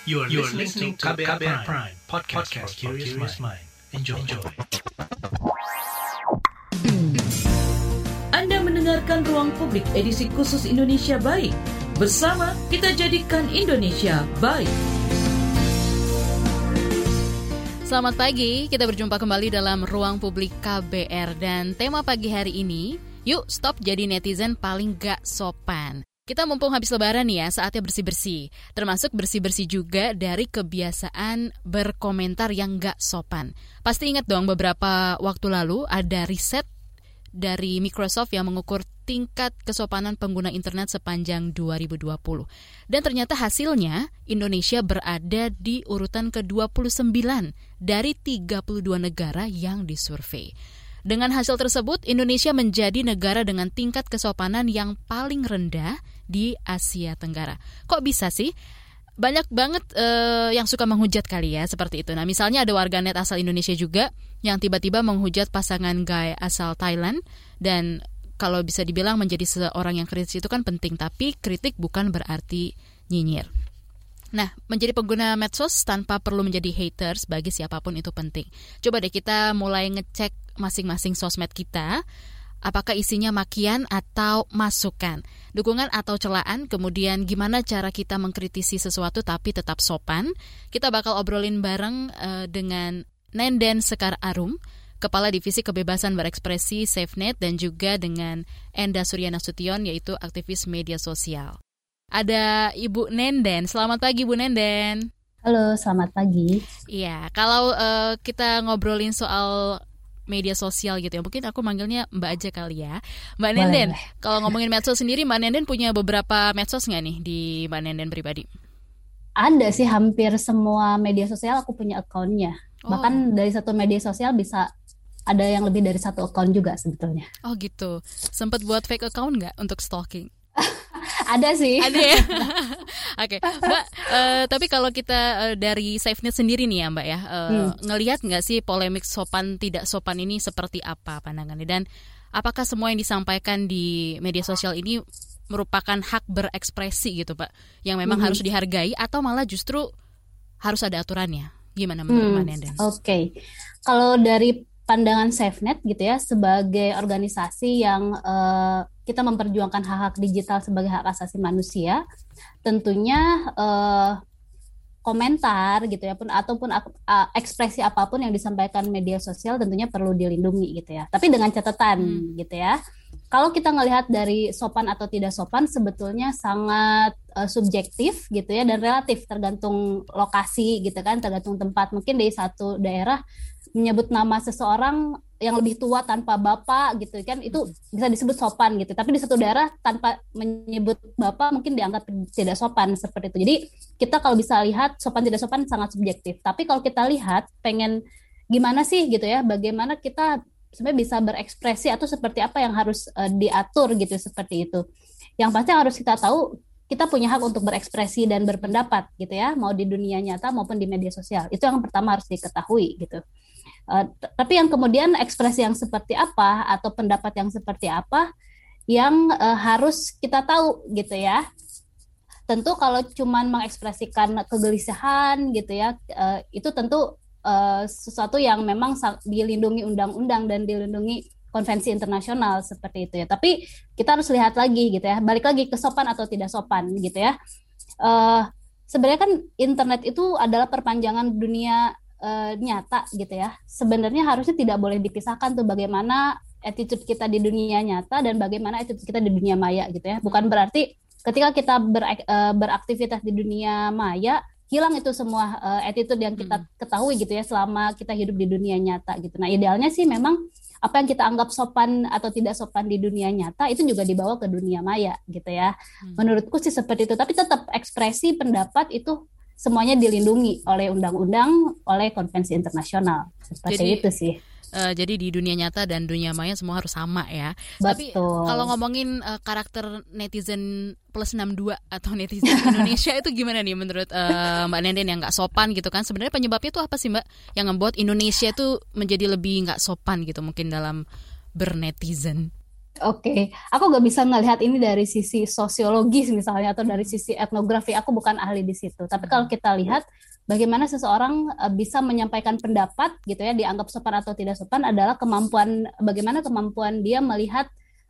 You are listening to KBR Prime, podcast for curious mind. Enjoy. Anda mendengarkan Ruang Publik edisi khusus Indonesia Baik. Bersama kita jadikan Indonesia baik. Selamat pagi, kita berjumpa kembali dalam Ruang Publik KBR. Dan tema pagi hari ini, yuk stop jadi netizen paling gak sopan. Kita mumpung habis lebaran nih ya, saatnya bersih-bersih. Termasuk bersih-bersih juga dari kebiasaan berkomentar yang gak sopan. Pasti ingat dong beberapa waktu lalu ada riset dari Microsoft yang mengukur tingkat kesopanan pengguna internet sepanjang 2020. Dan ternyata hasilnya Indonesia berada di urutan ke-29 dari 32 negara yang disurvei. Dengan hasil tersebut, Indonesia menjadi negara dengan tingkat kesopanan yang paling rendah di Asia Tenggara. Kok bisa sih? Banyak banget yang suka menghujat kali ya, seperti itu. Nah, misalnya ada warganet asal Indonesia juga yang tiba-tiba menghujat pasangan gay asal Thailand. Dan kalau bisa dibilang menjadi seorang yang kritis itu kan penting, tapi kritik bukan berarti nyinyir. Nah, menjadi pengguna medsos tanpa perlu menjadi haters bagi siapapun itu penting. Coba deh kita mulai ngecek masing-masing sosmed kita, apakah isinya makian atau masukan, dukungan atau celaan, kemudian gimana cara kita mengkritisi sesuatu tapi tetap sopan. Kita bakal obrolin bareng dengan Nenden Sekar Arum, Kepala Divisi Kebebasan Berekspresi SafeNet, dan juga dengan Enda Suryana Sution, yaitu aktivis media sosial. Ada Ibu Nenden. Selamat pagi, Bu Nenden. Halo, selamat pagi. Iya, kalau kita ngobrolin soal media sosial gitu ya, mungkin aku manggilnya Mbak aja kali ya. Mbak Nenden, kalau ngomongin medsos sendiri, Mbak Nenden punya beberapa medsos nggak nih di Mbak Nenden pribadi? Ada sih, hampir semua media sosial aku punya akunnya. Bahkan dari satu media sosial bisa ada yang lebih dari satu akun juga sebetulnya. Oh gitu, sempat buat fake account nggak untuk stalking? Ada sih. Ada ya. Oke, Mbak. Tapi kalau kita dari SafeNet sendiri nih ya, Mbak ya, ngelihat nggak sih polemik sopan tidak sopan ini seperti apa pandangannya, dan apakah semua yang disampaikan di media sosial ini merupakan hak berekspresi gitu, Pak, yang memang harus dihargai, atau malah justru harus ada aturannya? Gimana menurut Mbak Nenden? Oke. Kalau dari pandangan SafeNet gitu ya, sebagai organisasi yang kita memperjuangkan hak-hak digital sebagai hak asasi manusia, tentunya komentar gitu ya, ataupun ekspresi apapun yang disampaikan media sosial tentunya perlu dilindungi gitu ya. Tapi dengan catatan gitu ya. Kalau kita ngelihat dari sopan atau tidak sopan sebetulnya sangat subjektif gitu ya, dan relatif tergantung lokasi gitu kan, tergantung tempat. Mungkin di satu daerah menyebut nama seseorang yang lebih tua tanpa bapak gitu kan, itu bisa disebut sopan gitu. Tapi di satu daerah tanpa menyebut bapak mungkin dianggap tidak sopan, seperti itu. Jadi kita kalau bisa lihat sopan tidak sopan sangat subjektif. Tapi kalau kita lihat pengen gimana sih gitu ya, bagaimana kita sebenarnya bisa berekspresi atau seperti apa yang harus diatur gitu, seperti itu. Yang pasti harus kita tahu, kita punya hak untuk berekspresi dan berpendapat gitu ya, mau di dunia nyata maupun di media sosial. Itu yang pertama harus diketahui gitu. Tapi yang kemudian ekspresi yang seperti apa atau pendapat yang seperti apa yang harus kita tahu gitu ya. Tentu kalau cuman mengekspresikan kegelisahan gitu ya, itu tentu sesuatu yang memang dilindungi undang-undang dan dilindungi konvensi internasional seperti itu ya. Tapi kita harus lihat lagi gitu ya, balik lagi ke sopan atau tidak sopan gitu ya. Sebenarnya kan internet itu adalah perpanjangan dunia nyata gitu ya. Sebenarnya harusnya tidak boleh dipisahkan tuh, bagaimana attitude kita di dunia nyata dan bagaimana attitude kita di dunia maya gitu ya. Bukan berarti ketika kita beraktivitas di dunia maya hilang itu semua attitude yang kita ketahui gitu ya selama kita hidup di dunia nyata gitu. Nah, idealnya sih memang apa yang kita anggap sopan atau tidak sopan di dunia nyata itu juga dibawa ke dunia maya gitu ya. Menurutku sih seperti itu. Tapi tetap ekspresi pendapat itu semuanya dilindungi oleh undang-undang, oleh konvensi internasional. Seperti itu sih. Jadi di dunia nyata dan dunia maya semua harus sama ya. Betul. Tapi kalau ngomongin karakter netizen plus 62 atau netizen Indonesia itu gimana nih menurut Mbak Nenden yang nggak sopan gitu kan? Sebenarnya penyebabnya itu apa sih Mbak yang membuat Indonesia itu menjadi lebih nggak sopan gitu mungkin dalam bernetizen? Oke, aku nggak bisa ngelihat ini dari sisi sosiologis misalnya atau dari sisi etnografi. Aku bukan ahli di situ. Tapi kalau kita lihat bagaimana seseorang bisa menyampaikan pendapat gitu ya, dianggap sopan atau tidak sopan adalah bagaimana kemampuan dia melihat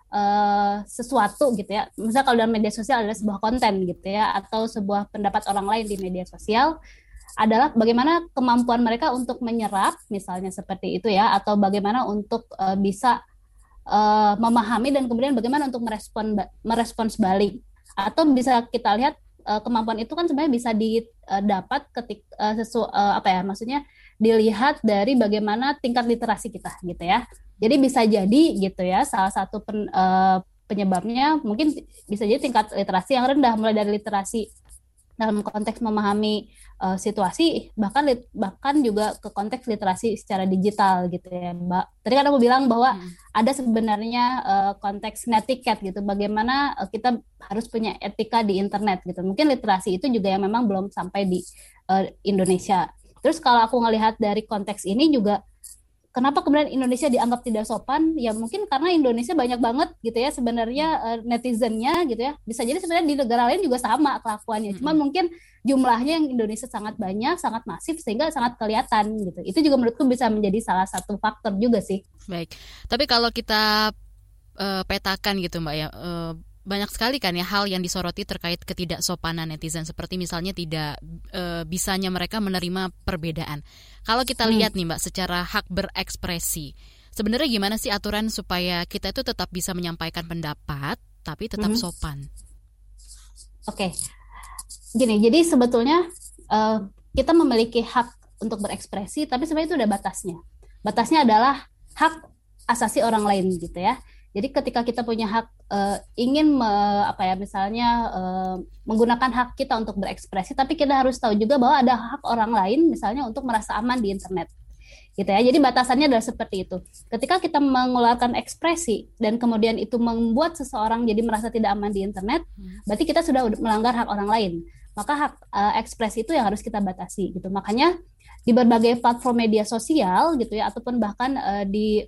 sesuatu gitu ya. Misalnya kalau dalam media sosial adalah sebuah konten gitu ya, atau sebuah pendapat orang lain di media sosial adalah bagaimana kemampuan mereka untuk menyerap misalnya seperti itu ya, atau bagaimana untuk bisa memahami dan kemudian bagaimana untuk merespons balik, atau bisa kita lihat kemampuan itu kan sebenarnya bisa didapat ketika apa ya, maksudnya dilihat dari bagaimana tingkat literasi kita gitu ya. Jadi bisa jadi gitu ya, salah satu penyebabnya mungkin bisa jadi tingkat literasi yang rendah, mulai dari literasi dalam konteks memahami situasi, bahkan juga ke konteks literasi secara digital gitu ya, Mbak. Tadi kan aku bilang bahwa ada sebenarnya konteks netiquette gitu, bagaimana kita harus punya etika di internet gitu. Mungkin literasi itu juga yang memang belum sampai di Indonesia. Terus kalau aku ngelihat dari konteks ini juga, kenapa kemudian Indonesia dianggap tidak sopan? Ya mungkin karena Indonesia banyak banget gitu ya sebenarnya netizennya gitu ya. Bisa jadi sebenarnya di negara lain juga sama kelakuannya. Cuman mungkin jumlahnya yang Indonesia sangat banyak, sangat masif sehingga sangat kelihatan gitu. Itu juga menurutku bisa menjadi salah satu faktor juga sih. Baik. Tapi kalau kita petakan gitu Mbak ya, banyak sekali kan ya hal yang disoroti terkait ketidaksopanan netizen, seperti misalnya tidak bisanya mereka menerima perbedaan. Kalau kita lihat nih Mbak, secara hak berekspresi, sebenarnya gimana sih aturan supaya kita itu tetap bisa menyampaikan pendapat tapi tetap sopan? Oke. Gini, jadi sebetulnya kita memiliki hak untuk berekspresi, tapi sebenarnya itu ada batasnya. Batasnya adalah hak asasi orang lain gitu ya. Jadi ketika kita punya hak ingin misalnya menggunakan hak kita untuk berekspresi, tapi kita harus tahu juga bahwa ada hak orang lain misalnya untuk merasa aman di internet. Gitu ya. Jadi batasannya adalah seperti itu. Ketika kita mengeluarkan ekspresi dan kemudian itu membuat seseorang jadi merasa tidak aman di internet, berarti kita sudah melanggar hak orang lain. Maka hak ekspresi itu yang harus kita batasi gitu. Makanya di berbagai platform media sosial gitu ya, ataupun bahkan di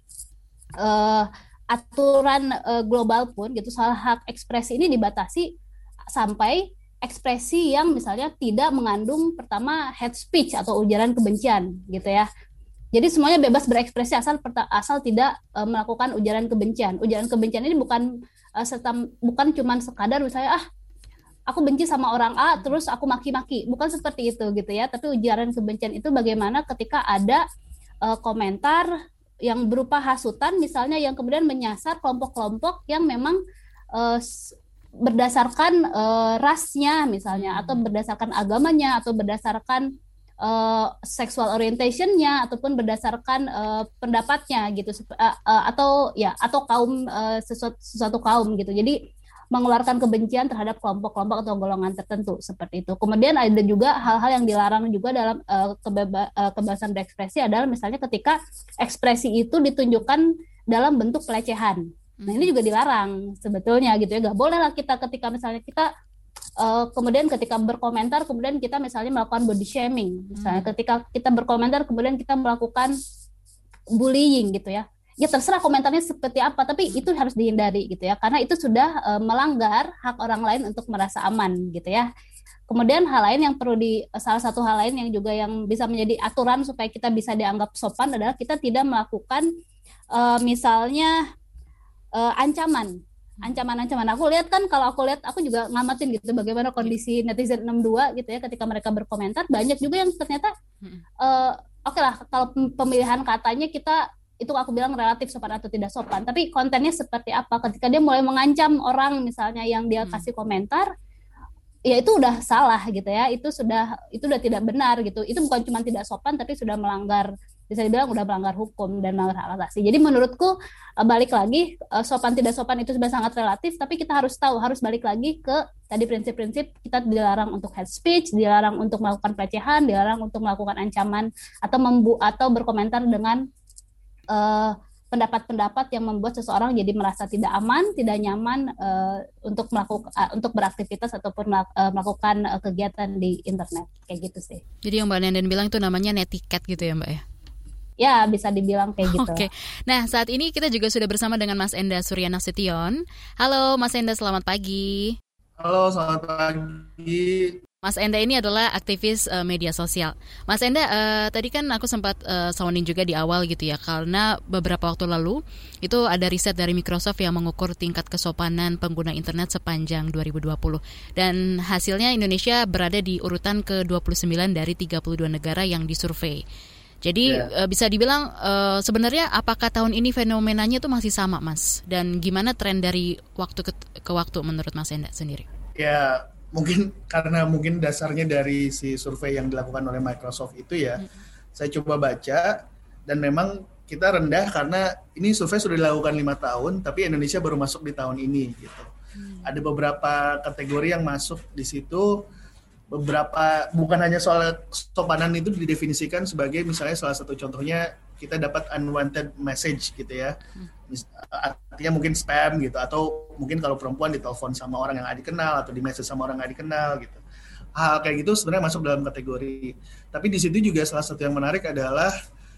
aturan global pun gitu, soal hak ekspresi ini dibatasi sampai ekspresi yang misalnya tidak mengandung pertama hate speech atau ujaran kebencian gitu ya. Jadi semuanya bebas berekspresi asal tidak melakukan ujaran kebencian. Ujaran kebencian ini bukan cuma sekadar misalnya aku benci sama orang A terus aku maki-maki, bukan seperti itu gitu ya. Tapi ujaran kebencian itu bagaimana ketika ada komentar yang berupa hasutan misalnya yang kemudian menyasar kelompok-kelompok yang memang berdasarkan rasnya misalnya, atau berdasarkan agamanya, atau berdasarkan sexual orientation-nya, ataupun berdasarkan pendapatnya gitu, atau kaum sesuatu kaum gitu. Jadi mengeluarkan kebencian terhadap kelompok-kelompok atau golongan tertentu seperti itu. Kemudian ada juga hal-hal yang dilarang juga dalam kebebasan berekspresi adalah misalnya ketika ekspresi itu ditunjukkan dalam bentuk pelecehan. Nah ini juga dilarang sebetulnya gitu ya. Gak boleh lah kita ketika misalnya kita kemudian ketika berkomentar kemudian kita misalnya melakukan body shaming. Misalnya ketika kita berkomentar kemudian kita melakukan bullying gitu ya. Ya terserah komentarnya seperti apa, tapi itu harus dihindari gitu ya, karena itu sudah melanggar hak orang lain untuk merasa aman gitu ya. Kemudian hal lain yang salah satu hal lain yang juga yang bisa menjadi aturan supaya kita bisa dianggap sopan adalah kita tidak melakukan misalnya ancaman. Aku lihat kan, kalau aku lihat aku juga ngamatin gitu bagaimana kondisi netizen 62 gitu ya, ketika mereka berkomentar banyak juga yang ternyata oke lah kalau pemilihan katanya kita itu aku bilang relatif sopan atau tidak sopan, tapi kontennya seperti apa. Ketika dia mulai mengancam orang misalnya yang dia kasih komentar, ya itu udah salah gitu ya, itu udah tidak benar gitu. Itu bukan cuma tidak sopan tapi sudah melanggar, bisa dibilang udah melanggar hukum dan melanggar hak asasi. Jadi menurutku balik lagi, sopan tidak sopan itu sudah sangat relatif, tapi kita harus tahu, harus balik lagi ke tadi prinsip-prinsip. Kita dilarang untuk hate speech, dilarang untuk melakukan pelecehan, dilarang untuk melakukan ancaman atau berkomentar dengan pendapat-pendapat yang membuat seseorang jadi merasa tidak aman, tidak nyaman untuk beraktivitas ataupun melakukan kegiatan di internet, kayak gitu sih. Jadi yang Mbak Nenden bilang itu namanya netiquette gitu ya Mbak ya? Ya, bisa dibilang kayak gitu. Oke. Nah, saat ini kita juga sudah bersama dengan Mas Enda Suryanasution. Halo Mas Enda, selamat pagi. Halo, selamat pagi. Mas Enda ini adalah aktivis media sosial. Mas Enda, tadi kan aku sempat sounding juga di awal gitu ya, karena beberapa waktu lalu itu ada riset dari Microsoft yang mengukur tingkat kesopanan pengguna internet sepanjang 2020. Dan hasilnya Indonesia berada di urutan ke-29 dari 32 negara yang disurvei. Jadi bisa dibilang sebenarnya apakah tahun ini fenomenanya itu masih sama, Mas? Dan gimana tren dari waktu ke waktu menurut Mas Enda sendiri? Ya, mungkin karena dasarnya dari si survei yang dilakukan oleh Microsoft itu ya, saya coba baca dan memang kita rendah karena ini survei sudah dilakukan 5 tahun, tapi Indonesia baru masuk di tahun ini gitu. Ada beberapa kategori yang masuk di situ, beberapa bukan hanya soal kesopanan itu didefinisikan sebagai misalnya salah satu contohnya kita dapat unwanted message gitu ya. Artinya mungkin spam gitu, atau mungkin kalau perempuan ditelepon sama orang yang nggak dikenal atau di message sama orang nggak dikenal gitu. Hal kayak gitu sebenarnya masuk dalam kategori. Tapi di situ juga salah satu yang menarik adalah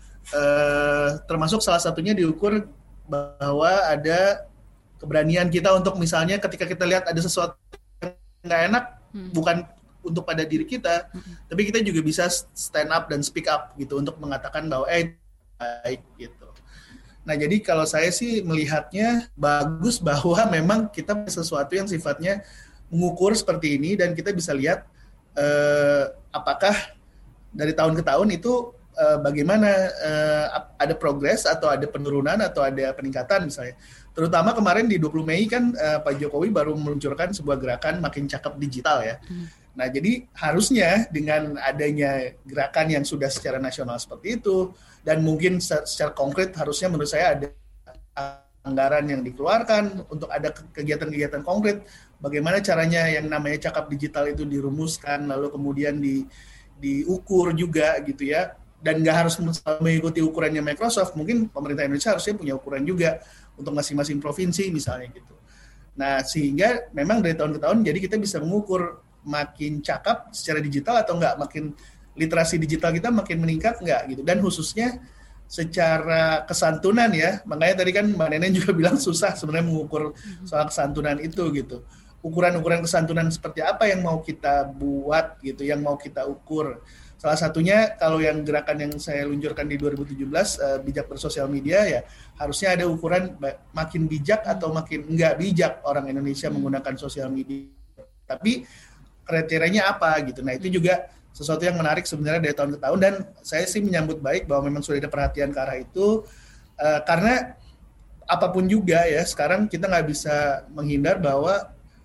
termasuk salah satunya diukur bahwa ada keberanian kita untuk misalnya ketika kita lihat ada sesuatu yang nggak enak, bukan untuk pada diri kita, tapi kita juga bisa stand up dan speak up gitu untuk mengatakan bahwa baik gitu. Nah, jadi kalau saya sih melihatnya bagus bahwa memang kita punya sesuatu yang sifatnya mengukur seperti ini dan kita bisa lihat apakah dari tahun ke tahun itu bagaimana ada progres atau ada penurunan atau ada peningkatan misalnya. Terutama kemarin di 20 Mei kan Pak Jokowi baru meluncurkan sebuah gerakan makin cakep digital ya. Nah, jadi harusnya dengan adanya gerakan yang sudah secara nasional seperti itu, dan mungkin secara konkret harusnya menurut saya ada anggaran yang dikeluarkan untuk ada kegiatan-kegiatan konkret, bagaimana caranya yang namanya cakap digital itu dirumuskan, lalu kemudian diukur juga gitu ya, dan nggak harus mengikuti ukurannya Microsoft, mungkin pemerintah Indonesia harusnya punya ukuran juga untuk masing-masing provinsi misalnya gitu. Nah, sehingga memang dari tahun ke tahun jadi kita bisa mengukur makin cakap secara digital atau enggak, makin literasi digital kita makin meningkat enggak gitu. Dan khususnya secara kesantunan ya, makanya tadi kan Mbak Nenen juga bilang susah sebenarnya mengukur soal kesantunan itu gitu. Ukuran-ukuran kesantunan seperti apa yang mau kita buat gitu, yang mau kita ukur. Salah satunya kalau yang gerakan yang saya luncurkan di 2017 bijak bersosial media ya, harusnya ada ukuran makin bijak atau makin enggak bijak orang Indonesia menggunakan sosial media. Tapi kriterianya apa gitu. Nah, itu juga sesuatu yang menarik sebenarnya dari tahun ke tahun, dan saya sih menyambut baik bahwa memang sudah ada perhatian ke arah itu, karena apapun juga ya, sekarang kita nggak bisa menghindar bahwa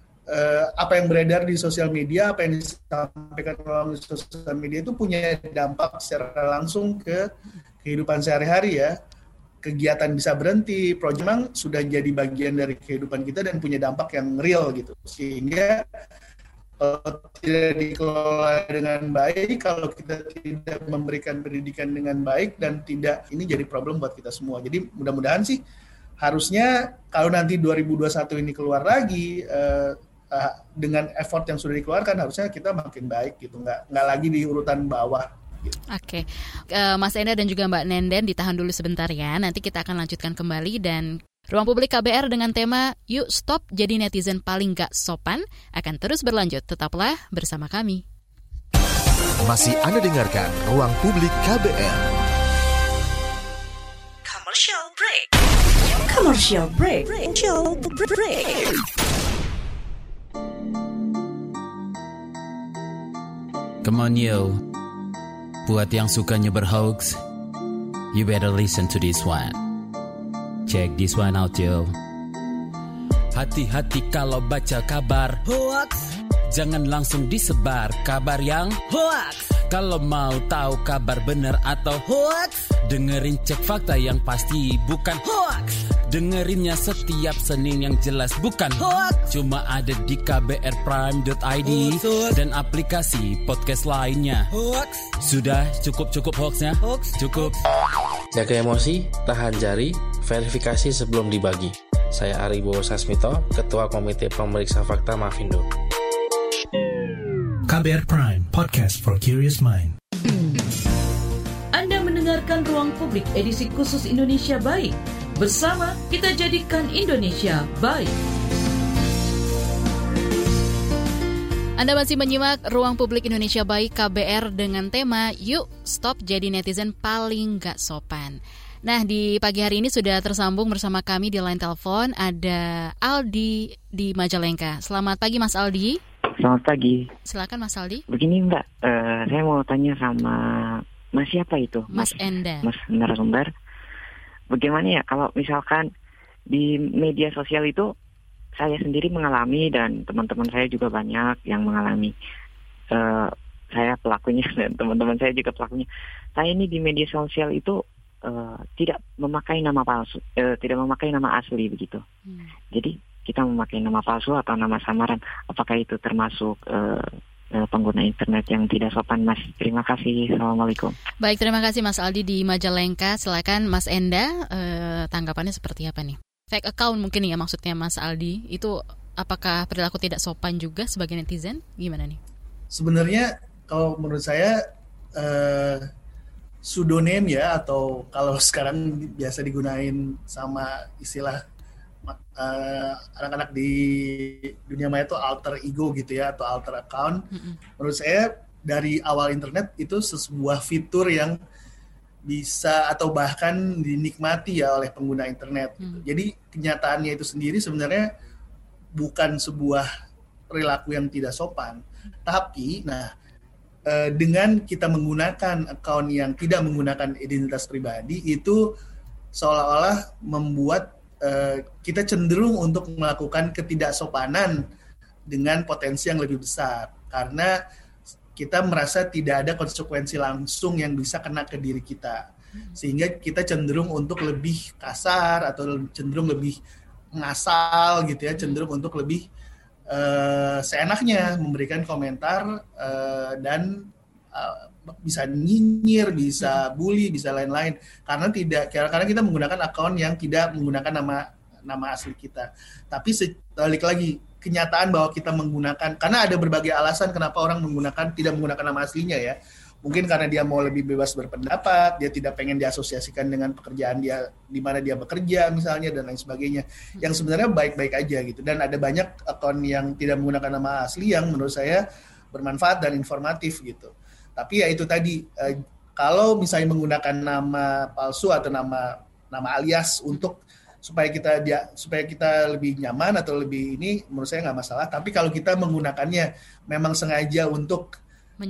apa yang beredar di sosial media, apa yang disampaikan melalui sosial media itu punya dampak secara langsung ke kehidupan sehari-hari ya. Kegiatan bisa berhenti, proyek memang sudah jadi bagian dari kehidupan kita dan punya dampak yang real gitu. Sehingga kalau tidak dikelola dengan baik, kalau kita tidak memberikan pendidikan dengan baik dan tidak, ini jadi problem buat kita semua. Jadi mudah-mudahan sih harusnya kalau nanti 2021 ini keluar lagi dengan effort yang sudah dikeluarkan, harusnya kita makin baik gitu, nggak lagi di urutan bawah. Gitu. Oke. Mas Enda dan juga Mbak Nenden ditahan dulu sebentar ya. Nanti kita akan lanjutkan kembali, dan Ruang Publik KBR dengan tema Yuk Stop Jadi Netizen Paling Gak Sopan akan terus berlanjut. Tetaplah bersama kami. Masih Anda dengarkan Ruang Publik KBR. Commercial break. Commercial break. Come on yo, buat yang sukanya berhoax, you better listen to this one. Check this one out yo. Hati-hati kalau baca kabar hoax, jangan langsung disebar kabar yang hoax. Kalau mau tahu kabar benar atau hoax, dengerin cek fakta yang pasti bukan hoax. Dengerinnya setiap Senin yang jelas bukan hoax. Cuma ada di kbrprime.id dan aplikasi podcast lainnya. Hoax. Sudah cukup hoaxnya? Hoax. Cukup. Jaga emosi, tahan jari, verifikasi sebelum dibagi. Saya Ari Bowo Sasmito, Ketua Komite Pemeriksa Fakta Mafindo. KBR Prime, podcast for curious mind. Anda mendengarkan Ruang Publik edisi khusus Indonesia Baik. Bersama kita jadikan Indonesia baik. Anda masih menyimak Ruang Publik Indonesia Baik KBR dengan tema Yuk Stop Jadi Netizen Paling Gak Sopan. Nah, di pagi hari ini sudah tersambung bersama kami di line telepon ada Aldi di Majalengka. Selamat pagi Mas Aldi. Selamat pagi. Silakan Mas Aldi. Begini Mbak, saya mau tanya sama Mas siapa itu? Mas Enda. Mas narasumber. Bagaimana ya kalau misalkan di media sosial itu saya sendiri mengalami dan teman-teman saya juga banyak yang mengalami. Saya pelakunya dan teman-teman saya juga pelakunya. Saya ini di media sosial itu tidak memakai nama palsu, tidak memakai nama asli begitu. Jadi kita memakai nama palsu atau nama samaran. Apakah itu termasuk pengguna internet yang tidak sopan, Mas? Terima kasih. Assalamualaikum. Baik, terima kasih Mas Aldi di Majalengka. Silakan Mas Enda, tanggapannya seperti apa nih? Fake account mungkin ya maksudnya Mas Aldi. Itu apakah perilaku tidak sopan juga sebagai netizen? Gimana nih? Sebenarnya kalau menurut saya pseudonym ya, atau kalau sekarang biasa digunain sama istilah anak-anak di dunia maya itu alter ego gitu ya, atau alter account. Menurut saya dari awal internet itu sebuah fitur yang bisa atau bahkan dinikmati ya oleh pengguna internet. Jadi kenyataannya itu sendiri sebenarnya bukan sebuah perilaku yang tidak sopan. Tapi dengan kita menggunakan account yang tidak menggunakan identitas pribadi itu seolah-olah membuat kita cenderung untuk melakukan ketidaksopanan dengan potensi yang lebih besar, karena kita merasa tidak ada konsekuensi langsung yang bisa kena ke diri kita, sehingga kita cenderung untuk lebih kasar atau cenderung lebih ngasal gitu ya, cenderung untuk lebih seenaknya memberikan komentar dan bisa nyinyir, bisa bully, bisa lain-lain, karena kita menggunakan akun yang tidak menggunakan nama asli kita. Tapi balik lagi, kenyataan bahwa kita menggunakan, karena ada berbagai alasan kenapa orang tidak menggunakan nama aslinya ya. Mungkin karena dia mau lebih bebas berpendapat, dia tidak pengen diasosiasikan dengan pekerjaan dia di mana dia bekerja misalnya, dan lain sebagainya. Yang sebenarnya baik-baik aja gitu. Dan ada banyak akun yang tidak menggunakan nama asli yang menurut saya bermanfaat dan informatif gitu. Tapi ya itu tadi, kalau misalnya menggunakan nama palsu atau nama alias supaya kita lebih nyaman atau lebih ini, menurut saya nggak masalah. Tapi kalau kita menggunakannya memang sengaja untuk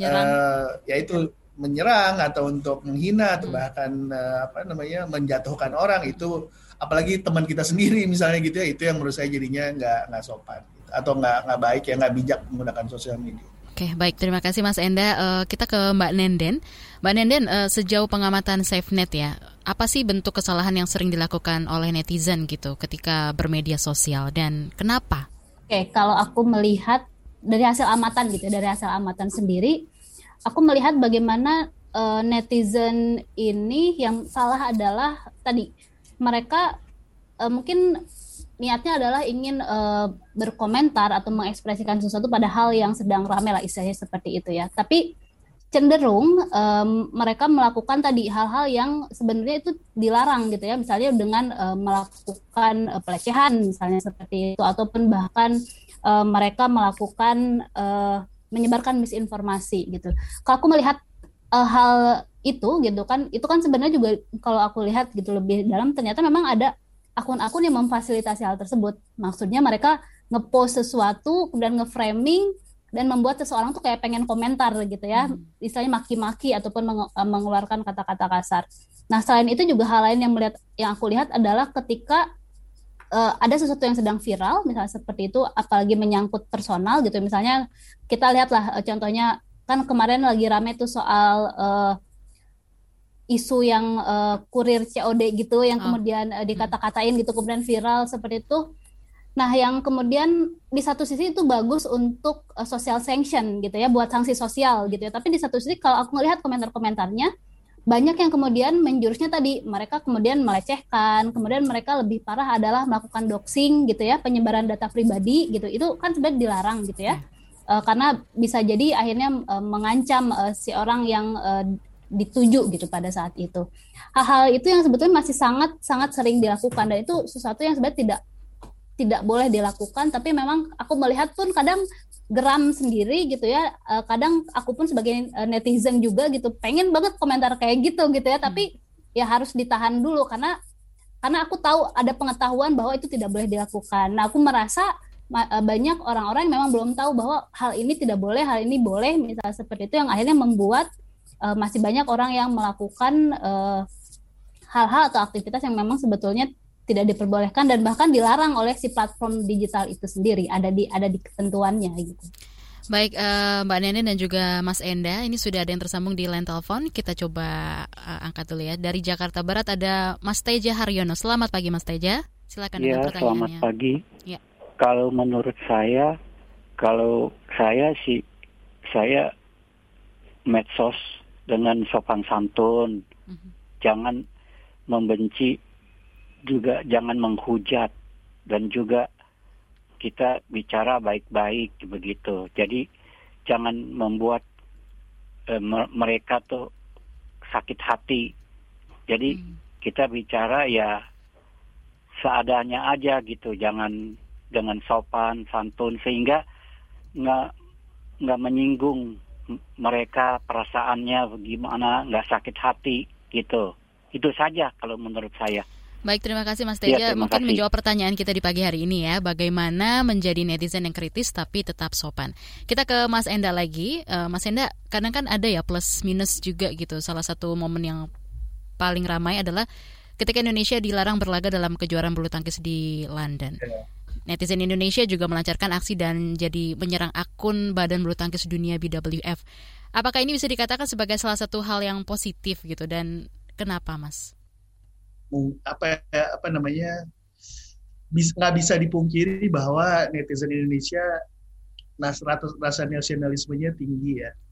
yaitu menyerang atau untuk menghina atau bahkan menjatuhkan orang, itu apalagi teman kita sendiri misalnya gitu ya, itu yang menurut saya jadinya nggak sopan gitu, atau nggak baik ya, nggak bijak menggunakan sosial media. Oke, baik. Terima kasih Mas Enda. Kita ke Mbak Nenden. Mbak Nenden, sejauh pengamatan SafeNet ya, apa sih bentuk kesalahan yang sering dilakukan oleh netizen gitu ketika bermedia sosial, dan kenapa? Oke, kalau aku melihat dari hasil amatan sendiri, aku melihat bagaimana netizen ini yang salah adalah tadi, mereka mungkin niatnya adalah ingin berkomentar atau mengekspresikan sesuatu pada hal yang sedang ramai lah, istilahnya seperti itu ya. Tapi cenderung mereka melakukan tadi hal-hal yang sebenarnya itu dilarang gitu ya. Misalnya dengan melakukan pelecehan misalnya seperti itu, ataupun bahkan mereka melakukan menyebarkan misinformasi gitu. Kalau aku melihat hal itu gitu kan, itu kan sebenarnya juga kalau aku lihat gitu lebih dalam, ternyata memang ada akun-akun yang memfasilitasi hal tersebut. Maksudnya mereka ngepost sesuatu, kemudian nge-framing, dan membuat seseorang tuh kayak pengen komentar gitu ya, misalnya maki-maki ataupun mengeluarkan kata-kata kasar. Nah, selain itu juga hal lain yang aku lihat adalah ketika ada sesuatu yang sedang viral, misalnya seperti itu, apalagi menyangkut personal gitu. Misalnya kita lihatlah contohnya, kan kemarin lagi rame tuh soal isu yang kurir COD gitu, yang kemudian dikata-katain gitu, kemudian viral seperti itu. Nah, yang kemudian di satu sisi itu bagus untuk social sanction gitu ya, buat sanksi sosial gitu ya. Tapi di satu sisi kalau aku melihat komentar-komentarnya, banyak yang kemudian menjurusnya tadi, mereka kemudian melecehkan, kemudian mereka lebih parah adalah melakukan doxing gitu ya, penyebaran data pribadi gitu. Itu kan sebenarnya dilarang gitu ya. Karena bisa jadi akhirnya mengancam si orang yang dituju gitu pada saat itu. Hal-hal itu yang sebetulnya masih sangat sering dilakukan, dan itu sesuatu yang sebenarnya tidak boleh dilakukan, tapi memang aku melihat pun kadang geram sendiri gitu ya, kadang aku pun sebagai netizen juga gitu pengen banget komentar kayak gitu ya, tapi ya harus ditahan dulu karena aku tahu ada pengetahuan bahwa itu tidak boleh dilakukan. Nah, aku merasa banyak orang-orang yang memang belum tahu bahwa hal ini tidak boleh, hal ini boleh, misalnya seperti itu, yang akhirnya membuat masih banyak orang yang melakukan hal-hal atau aktivitas yang memang sebetulnya tidak diperbolehkan dan bahkan dilarang oleh si platform digital itu sendiri, ada di ketentuannya gitu. Baik, Mbak Nenen dan juga Mas Enda, ini sudah ada yang tersambung di line telepon. Kita coba angkat dulu ya. Dari Jakarta Barat ada Mas Teja Haryono. Selamat pagi Mas Teja. Silakan dengan pertanyaannya. Selamat pagi. Ya. Kalau menurut saya, saya medsos dengan sopan santun, jangan membenci, juga jangan menghujat, dan juga kita bicara baik-baik begitu. Jadi jangan membuat mereka tuh sakit hati. Jadi kita bicara ya seadanya aja gitu, jangan dengan sopan santun sehingga nggak menyinggung mereka, perasaannya bagaimana, nggak sakit hati gitu. Itu saja kalau menurut saya. Baik, terima kasih Mas Teja. Mungkin menjawab pertanyaan kita di pagi hari ini ya, bagaimana menjadi netizen yang kritis tapi tetap sopan. Kita ke Mas Enda lagi. Mas Enda, kadang kan ada ya plus minus juga gitu. Salah satu momen yang paling ramai adalah ketika Indonesia dilarang berlaga dalam kejuaraan bulu tangkis di London. Netizen Indonesia juga melancarkan aksi dan jadi menyerang akun Badan Bulu Tangkis Dunia BWF. Apakah ini bisa dikatakan sebagai salah satu hal yang positif gitu, dan kenapa Mas? Nggak bisa dipungkiri bahwa netizen Indonesia rasa nasionalismenya tinggi ya,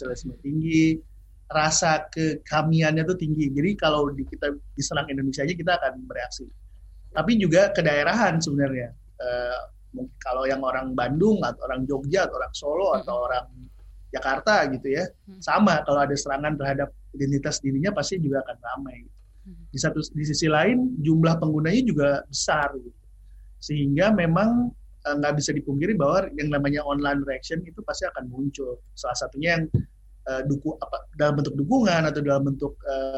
rasa kekamiannya tuh tinggi. Jadi kalau kita diserang Indonesia aja kita akan bereaksi. Tapi juga kedaerahan sebenarnya. Mungkin kalau yang orang Bandung atau orang Jogja atau orang Solo atau orang Jakarta gitu ya, sama kalau ada serangan terhadap identitas dirinya pasti juga akan ramai. Di sisi lain jumlah penggunanya juga besar gitu. Sehingga memang nggak bisa dipungkiri bahwa yang namanya online reaction itu pasti akan muncul. Salah satunya yang dalam bentuk dukungan atau dalam bentuk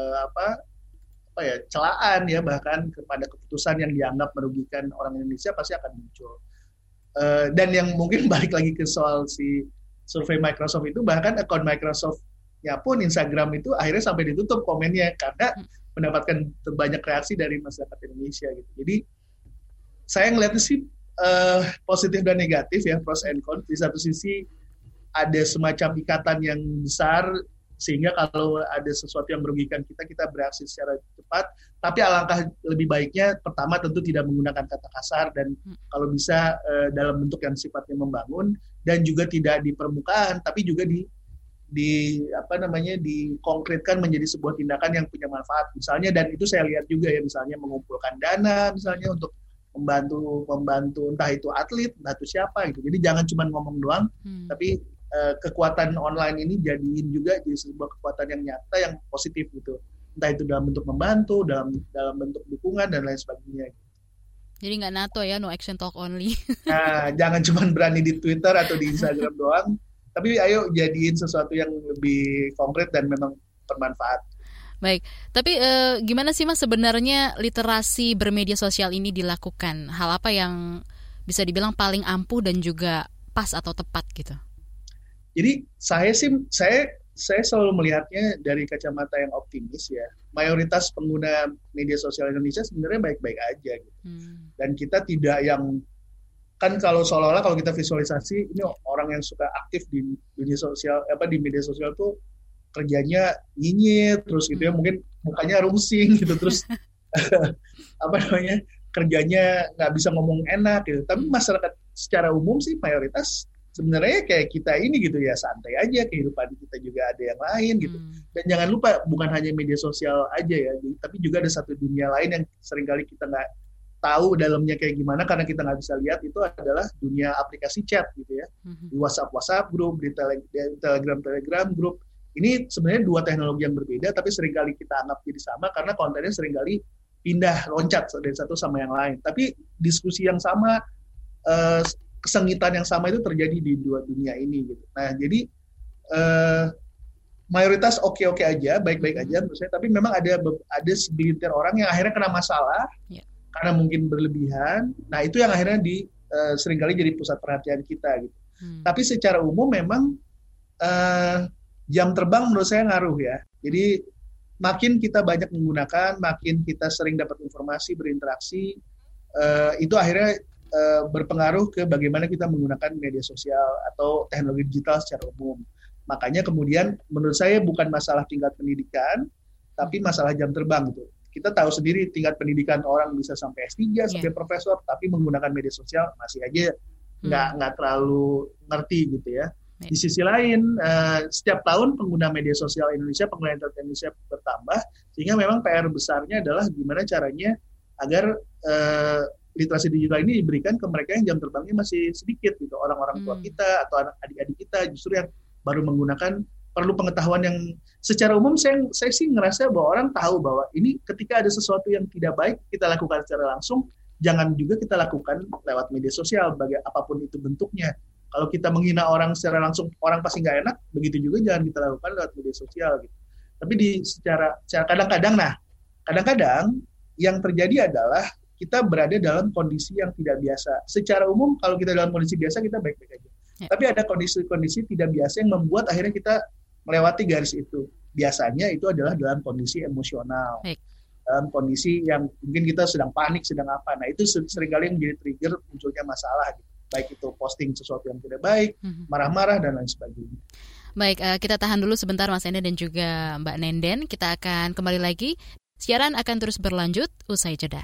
celaan ya, bahkan kepada keputusan yang dianggap merugikan orang Indonesia pasti akan muncul. Dan yang mungkin balik lagi ke soal si survei Microsoft itu, bahkan akun Microsoft-nya pun Instagram itu akhirnya sampai ditutup komennya karena mendapatkan banyak reaksi dari masyarakat Indonesia gitu. Jadi saya ngeliatnya sih positif dan negatif ya, pros and cons. Di satu sisi ada semacam ikatan yang besar sehingga kalau ada sesuatu yang merugikan kita bereaksi secara cepat. Tapi alangkah lebih baiknya pertama tentu tidak menggunakan kata kasar dan kalau bisa dalam bentuk yang sifatnya membangun, dan juga tidak di permukaan tapi juga dikonkretkan menjadi sebuah tindakan yang punya manfaat misalnya. Dan itu saya lihat juga ya, misalnya mengumpulkan dana misalnya untuk membantu entah itu atlet, entah itu siapa gitu. Jadi jangan cuma ngomong doang, tapi kekuatan online ini jadiin juga jadi sebuah kekuatan yang nyata, yang positif gitu. Entah itu dalam bentuk membantu, dalam bentuk dukungan dan lain sebagainya. Jadi nggak NATO ya, no action talk only. Nah, jangan cuma berani di Twitter atau di Instagram doang, tapi ayo jadiin sesuatu yang lebih konkret dan memang bermanfaat. Baik, tapi gimana sih Mas sebenarnya literasi bermedia sosial ini dilakukan? Hal apa yang bisa dibilang paling ampuh dan juga pas atau tepat gitu? Jadi saya selalu melihatnya dari kacamata yang optimis ya. Mayoritas pengguna media sosial Indonesia sebenarnya baik-baik aja gitu. Dan kita tidak yang, kan kalau seolah-olah kalau kita visualisasi ini orang yang suka aktif di dunia sosial di media sosial tuh kerjanya nyinyir terus gitu ya, mungkin mukanya rungsing gitu, terus kerjanya nggak bisa ngomong enak gitu. Tapi masyarakat secara umum sih mayoritas sebenarnya kayak kita ini gitu ya, santai aja, kehidupan kita juga ada yang lain gitu. Dan jangan lupa bukan hanya media sosial aja ya, tapi juga ada satu dunia lain yang seringkali kita nggak tahu dalamnya kayak gimana karena kita nggak bisa lihat. Itu adalah dunia aplikasi chat gitu ya, di WhatsApp grup, di Telegram grup, Ini sebenarnya dua teknologi yang berbeda, tapi seringkali kita anggap jadi sama karena kontennya seringkali pindah, loncat dari satu sama yang lain. Tapi diskusi yang sama, kesengitan yang sama itu terjadi di dua dunia ini. Gitu. Nah, jadi mayoritas oke-oke aja, baik-baik aja menurut saya. Tapi memang ada segelintir orang yang akhirnya kena masalah karena mungkin berlebihan. Nah, itu yang akhirnya seringkali jadi pusat perhatian kita. Gitu. Tapi secara umum memang jam terbang menurut saya ngaruh ya. Jadi makin kita banyak menggunakan, makin kita sering dapat informasi, berinteraksi, itu akhirnya berpengaruh ke bagaimana kita menggunakan media sosial atau teknologi digital secara umum. Makanya kemudian menurut saya bukan masalah tingkat pendidikan, tapi masalah jam terbang gitu. Kita tahu sendiri tingkat pendidikan orang bisa sampai S3, sampai profesor, tapi menggunakan media sosial masih aja nggak terlalu ngerti gitu ya. Di sisi lain, setiap tahun pengguna media sosial Indonesia, pengguna internet Indonesia bertambah, sehingga memang PR besarnya adalah gimana caranya agar literasi digital ini diberikan ke mereka yang jam terbangnya masih sedikit gitu, orang-orang tua kita atau adik-adik kita justru yang baru menggunakan, perlu pengetahuan yang secara umum saya sih ngerasa bahwa orang tahu bahwa ini ketika ada sesuatu yang tidak baik kita lakukan secara langsung, jangan juga kita lakukan lewat media sosial, apapun itu bentuknya. Kalau kita menghina orang secara langsung, orang pasti nggak enak. Begitu juga jangan kita lakukan lewat media sosial. Gitu. Tapi secara kadang-kadang yang terjadi adalah kita berada dalam kondisi yang tidak biasa. Secara umum kalau kita dalam kondisi biasa kita baik-baik aja. Tapi ada kondisi-kondisi tidak biasa yang membuat akhirnya kita melewati garis itu. Biasanya itu adalah dalam kondisi emosional. Dalam kondisi yang mungkin kita sedang panik, sedang apa. Nah itu seringkali yang menjadi trigger munculnya masalah. Gitu. Baik itu posting sesuatu yang tidak baik, marah-marah, dan lain sebagainya. Baik, kita tahan dulu sebentar Mas Enda dan juga Mbak Nenden. Kita akan kembali lagi. Siaran akan terus berlanjut usai jeda.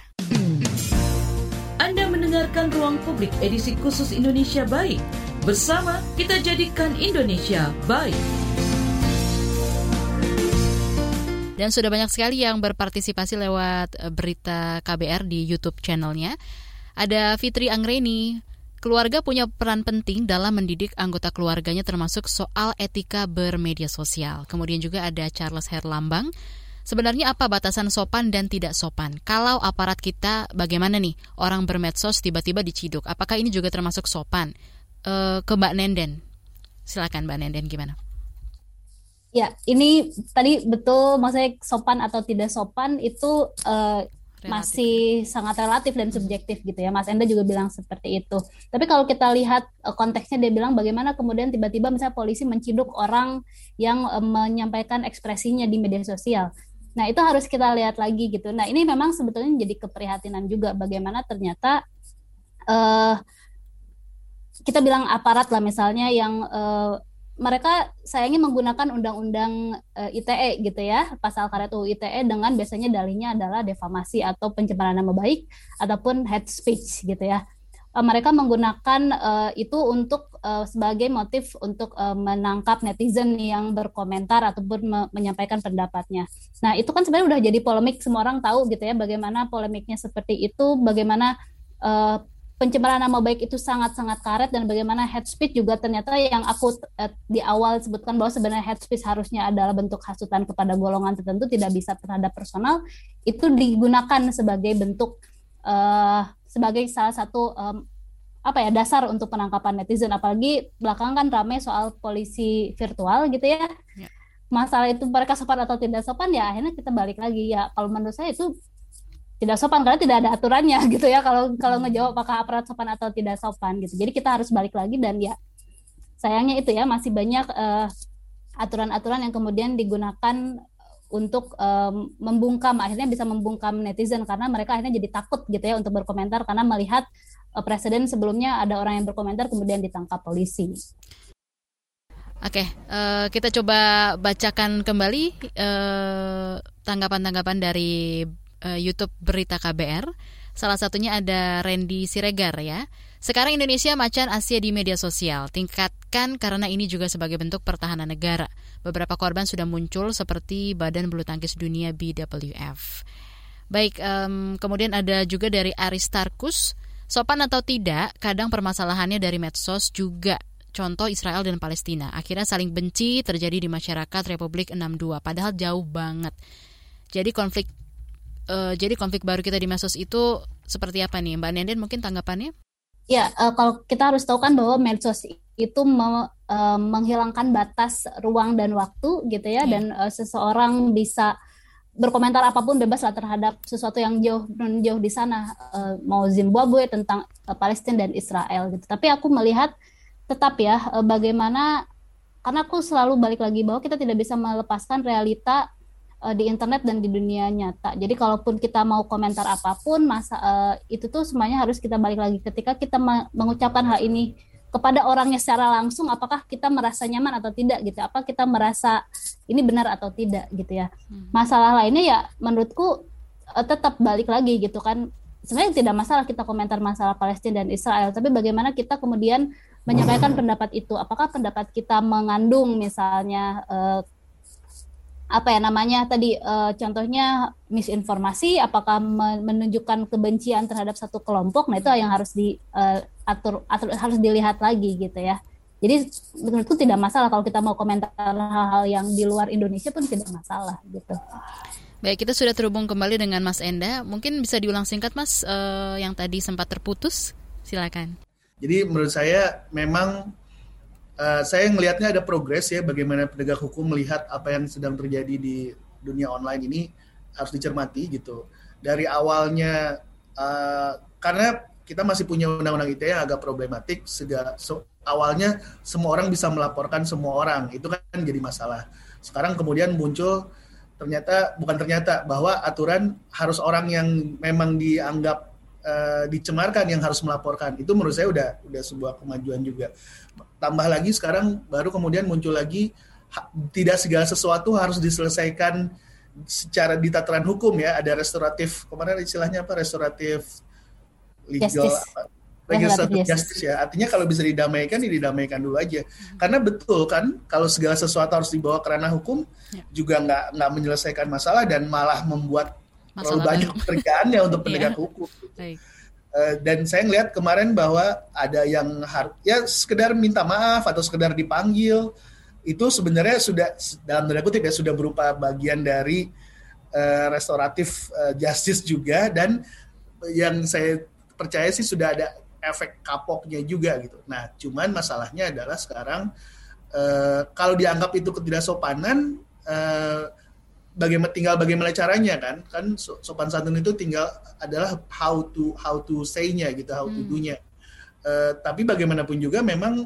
Anda mendengarkan Ruang Publik edisi khusus Indonesia Baik. Bersama kita jadikan Indonesia baik. Dan sudah banyak sekali yang berpartisipasi lewat berita KBR di YouTube channelnya. Ada Fitri Anggreni. Keluarga punya peran penting dalam mendidik anggota keluarganya termasuk soal etika bermedia sosial. Kemudian juga ada Charles Herlambang. Sebenarnya apa batasan sopan dan tidak sopan? Kalau aparat kita bagaimana nih? Orang bermedsos tiba-tiba diciduk. Apakah ini juga termasuk sopan? Ke Mbak Nenden. Silakan Mbak Nenden, gimana? Ya, ini tadi betul maksudnya sopan atau tidak sopan itu masih sangat relatif dan subjektif gitu ya. Mas Enda juga bilang seperti itu. Tapi kalau kita lihat konteksnya, dia bilang bagaimana kemudian tiba-tiba misalnya polisi menciduk orang yang menyampaikan ekspresinya di media sosial. Nah itu harus kita lihat lagi gitu. Nah ini memang sebetulnya jadi keprihatinan juga bagaimana ternyata kita bilang aparat lah misalnya yang mereka sayangnya menggunakan undang-undang ITE gitu ya, pasal karet UU ITE dengan biasanya dalihnya adalah defamasi atau pencemaran nama baik ataupun hate speech gitu ya. Mereka menggunakan itu untuk sebagai motif untuk menangkap netizen yang berkomentar ataupun menyampaikan pendapatnya. Nah itu kan sebenarnya udah jadi polemik, semua orang tahu gitu ya bagaimana polemiknya seperti itu, bagaimana pencemaran nama baik itu sangat-sangat karet dan bagaimana hate speech juga ternyata yang aku di awal sebutkan bahwa sebenarnya hate speech harusnya adalah bentuk hasutan kepada golongan tertentu, tidak bisa terhadap personal, itu digunakan sebagai bentuk sebagai salah satu dasar untuk penangkapan netizen. Apalagi belakangan kan ramai soal polisi virtual gitu ya. Masalah itu mereka sopan atau tidak sopan ya akhirnya kita balik lagi ya, kalau menurut saya itu tidak sopan karena tidak ada aturannya gitu ya, kalau ngejawab apakah aparat sopan atau tidak sopan gitu. Jadi kita harus balik lagi dan ya sayangnya itu ya masih banyak aturan-aturan yang kemudian digunakan untuk akhirnya bisa membungkam netizen karena mereka akhirnya jadi takut gitu ya untuk berkomentar karena melihat presiden sebelumnya ada orang yang berkomentar kemudian ditangkap polisi. Oke, kita coba bacakan kembali tanggapan-tanggapan dari YouTube Berita KBR. Salah satunya ada Randy Siregar ya. Sekarang Indonesia macan Asia di media sosial. Tingkatkan karena ini juga sebagai bentuk pertahanan negara. Beberapa korban sudah muncul seperti Badan Bulu Tangkis Dunia BWF. Baik, kemudian ada juga dari Aristarkus. Sopan atau tidak, kadang permasalahannya dari medsos juga contoh Israel dan Palestina. Akhirnya saling benci terjadi di masyarakat Republik 62, padahal jauh banget. Jadi konflik baru kita di medsos itu seperti apa nih, Mbak Nenden? Mungkin tanggapannya? Ya, kalau kita harus tahu kan bahwa medsos itu menghilangkan batas ruang dan waktu gitu ya, dan seseorang bisa berkomentar apapun bebas lah terhadap sesuatu yang jauh di sana, mau Zimbabwe, tentang Palestina dan Israel gitu. Tapi aku melihat tetap ya bagaimana, karena aku selalu balik lagi bahwa kita tidak bisa melepaskan realita di internet dan di dunia nyata. Jadi kalaupun kita mau komentar apapun, itu tuh semuanya harus kita balik lagi ketika kita mengucapkan hal ini kepada orangnya secara langsung, apakah kita merasa nyaman atau tidak gitu, apa kita merasa ini benar atau tidak gitu ya. Masalah lainnya ya menurutku tetap balik lagi gitu kan, sebenarnya tidak masalah kita komentar masalah Palestina dan Israel, tapi bagaimana kita kemudian menyampaikan pendapat itu, apakah pendapat kita mengandung misalnya contohnya misinformasi, apakah menunjukkan kebencian terhadap satu kelompok. Nah itu yang harus harus dilihat lagi gitu ya. Jadi menurutku tidak masalah kalau kita mau komentar hal-hal yang di luar Indonesia pun tidak masalah gitu. Baik, kita sudah terhubung kembali dengan Mas Enda. Mungkin bisa diulang singkat Mas, yang tadi sempat terputus. Silakan. Jadi menurut saya memang saya ngelihatnya ada progres ya, bagaimana penegak hukum melihat apa yang sedang terjadi di dunia online ini harus dicermati gitu. Dari awalnya, karena kita masih punya undang-undang ITE yang agak problematik, awalnya semua orang bisa melaporkan semua orang, itu kan jadi masalah. Sekarang kemudian muncul bahwa aturan harus orang yang memang dianggap dicemarkan yang harus melaporkan. Itu menurut saya udah sebuah kemajuan juga. Tambah lagi sekarang baru kemudian muncul lagi tidak segala sesuatu harus diselesaikan secara di tataran hukum ya. Ada restoratif, kemarin istilahnya apa? Restoratif legal restoratif justice ya. Artinya kalau bisa didamaikan, ya didamaikan dulu aja. Karena betul kan kalau segala sesuatu harus dibawa ke ranah hukum juga nggak menyelesaikan masalah dan malah membuat terlalu banyak pekerjaannya untuk penegak hukum. Dan saya ngelihat kemarin bahwa ada yang sekedar minta maaf atau sekedar dipanggil, itu sebenarnya sudah dalam tanda kutip ya sudah berupa bagian dari restoratif justice juga, dan yang saya percaya sih sudah ada efek kapoknya juga gitu. Nah, cuman masalahnya adalah sekarang kalau dianggap itu ketidaksopanan, bagaimana caranya kan sopan santun itu tinggal adalah how to say-nya gitu, how to do-nya. Tapi bagaimanapun juga memang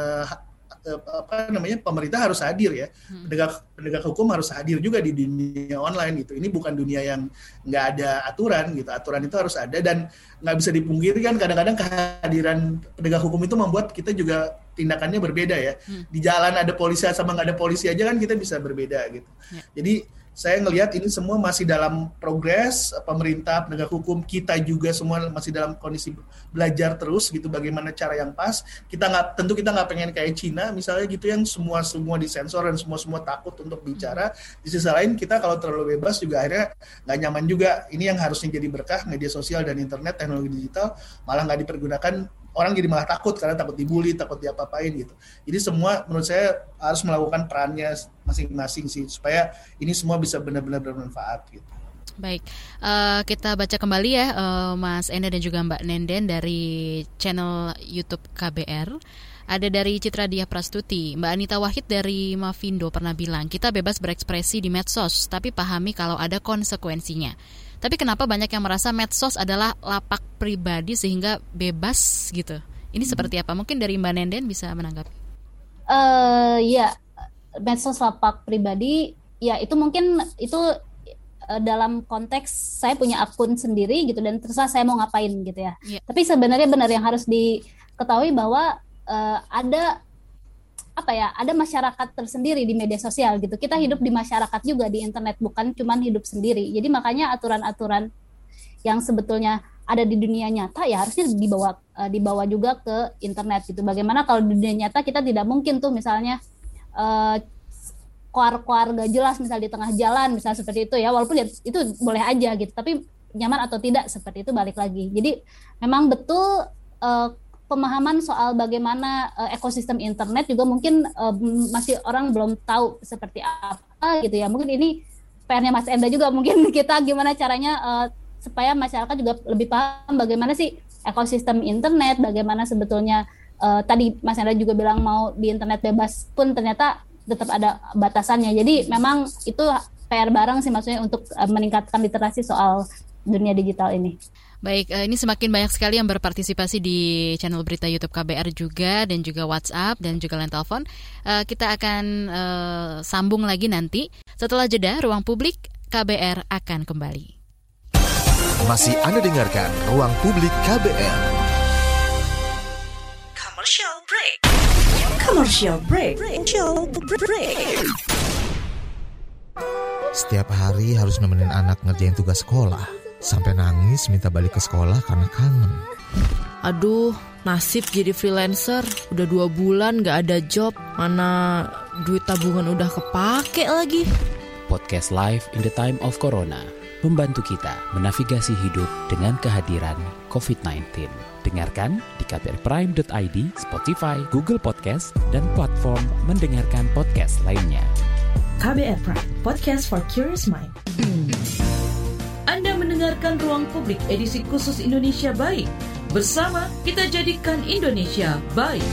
pemerintah harus hadir ya, penegak hukum harus hadir juga di dunia online gitu. Ini bukan dunia yang nggak ada aturan gitu, aturan itu harus ada, dan nggak bisa dipungkiri kan kadang-kadang kehadiran penegak hukum itu membuat kita juga tindakannya berbeda ya. Di jalan ada polisi sama nggak ada polisi aja kan kita bisa berbeda gitu. Jadi saya ngelihat ini semua masih dalam progres, pemerintah, penegak hukum, kita juga semua masih dalam kondisi belajar terus gitu, bagaimana cara yang pas. Tentu kita nggak pengen kayak Cina misalnya gitu yang semua disensor dan semua takut untuk bicara. Di sisi lain kita kalau terlalu bebas juga akhirnya nggak nyaman juga. Ini yang harusnya jadi berkah, media sosial dan internet, teknologi digital malah nggak dipergunakan. Orang jadi malah takut karena takut dibully, takut diapa-apain gitu. Jadi semua menurut saya harus melakukan perannya masing-masing sih, supaya ini semua bisa benar-benar bermanfaat gitu. Baik, kita baca kembali ya Mas Enda dan juga Mbak Nenden dari channel YouTube KBR. Ada dari Citra Diah Prastuti, Mbak Anita Wahid dari Mavindo pernah bilang, kita bebas berekspresi di medsos, tapi pahami kalau ada konsekuensinya. Tapi kenapa banyak yang merasa medsos adalah lapak pribadi sehingga bebas gitu? Ini seperti apa? Mungkin dari Mbak Nenden bisa menanggapi. Ya, medsos lapak pribadi, ya itu mungkin itu dalam konteks saya punya akun sendiri gitu dan terserah saya mau ngapain gitu ya. Tapi sebenarnya benar yang harus diketahui bahwa ada masyarakat tersendiri di media sosial gitu. Kita hidup di masyarakat juga di internet, bukan cuma hidup sendiri. Jadi makanya aturan-aturan yang sebetulnya ada di dunia nyata ya harusnya dibawa juga ke internet gitu. Bagaimana kalau di dunia nyata kita tidak mungkin tuh misalnya koar-koar gak jelas misalnya di tengah jalan misalnya seperti itu ya, walaupun ya, itu boleh aja gitu, tapi nyaman atau tidak seperti itu balik lagi. Jadi memang betul pemahaman soal bagaimana ekosistem internet juga mungkin masih orang belum tahu seperti apa gitu ya. Mungkin ini PR-nya Mas Enda juga, mungkin kita gimana caranya supaya masyarakat juga lebih paham bagaimana sih ekosistem internet, bagaimana sebetulnya tadi Mas Enda juga bilang mau di internet bebas pun ternyata tetap ada batasannya. Jadi memang itu PR bareng sih maksudnya untuk meningkatkan literasi soal dunia digital ini. Baik, ini semakin banyak sekali yang berpartisipasi di channel berita YouTube KBR juga, dan juga WhatsApp, dan juga line telepon. Kita akan sambung lagi nanti. Setelah jeda, Ruang Publik KBR akan kembali. Masih Anda dengarkan Ruang Publik KBR. Commercial break. Commercial break. Setiap hari harus nemenin anak ngerjain tugas sekolah. Sampai nangis minta balik ke sekolah karena kangen. Aduh, nasib jadi freelancer. Udah 2 bulan gak ada job. Mana duit tabungan udah kepake lagi. Podcast Live in the Time of Corona membantu kita menavigasi hidup dengan kehadiran COVID-19. Dengarkan di kbrprime.id, Spotify, Google Podcast, dan platform mendengarkan podcast lainnya. KBR Prime, podcast for curious mind. Anda mendengarkan Ruang Publik edisi khusus Indonesia Baik. Bersama kita jadikan Indonesia baik.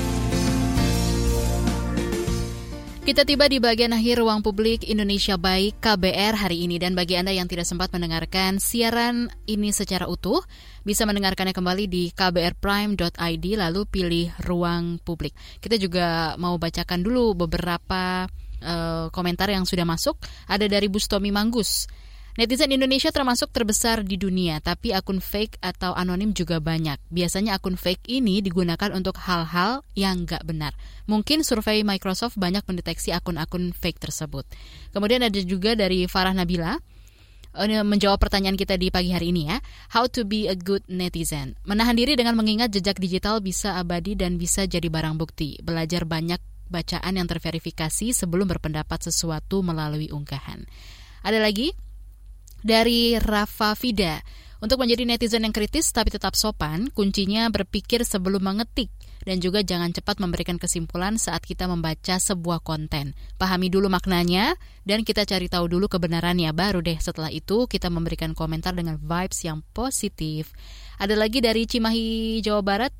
Kita tiba di bagian akhir Ruang Publik Indonesia Baik KBR hari ini. Dan bagi Anda yang tidak sempat mendengarkan siaran ini secara utuh, bisa mendengarkannya kembali di kbrprime.id, lalu pilih Ruang Publik. Kita juga mau bacakan dulu beberapa komentar yang sudah masuk. Ada dari Bustomi Manggus. Netizen Indonesia termasuk terbesar di dunia, tapi akun fake atau anonim juga banyak. Biasanya akun fake ini digunakan untuk hal-hal yang nggak benar. Mungkin survei Microsoft banyak mendeteksi akun-akun fake tersebut. Kemudian ada juga dari Farah Nabila, menjawab pertanyaan kita di pagi hari ini ya. How to be a good netizen. Menahan diri dengan mengingat jejak digital bisa abadi dan bisa jadi barang bukti. Belajar banyak bacaan yang terverifikasi sebelum berpendapat sesuatu melalui unggahan. Ada lagi dari Rafa Fida. Untuk menjadi netizen yang kritis tapi tetap sopan, kuncinya berpikir sebelum mengetik dan juga jangan cepat memberikan kesimpulan saat kita membaca sebuah konten. Pahami dulu maknanya dan kita cari tahu dulu kebenarannya, baru deh setelah itu kita memberikan komentar dengan vibes yang positif. Ada lagi dari Cimahi, Jawa Barat,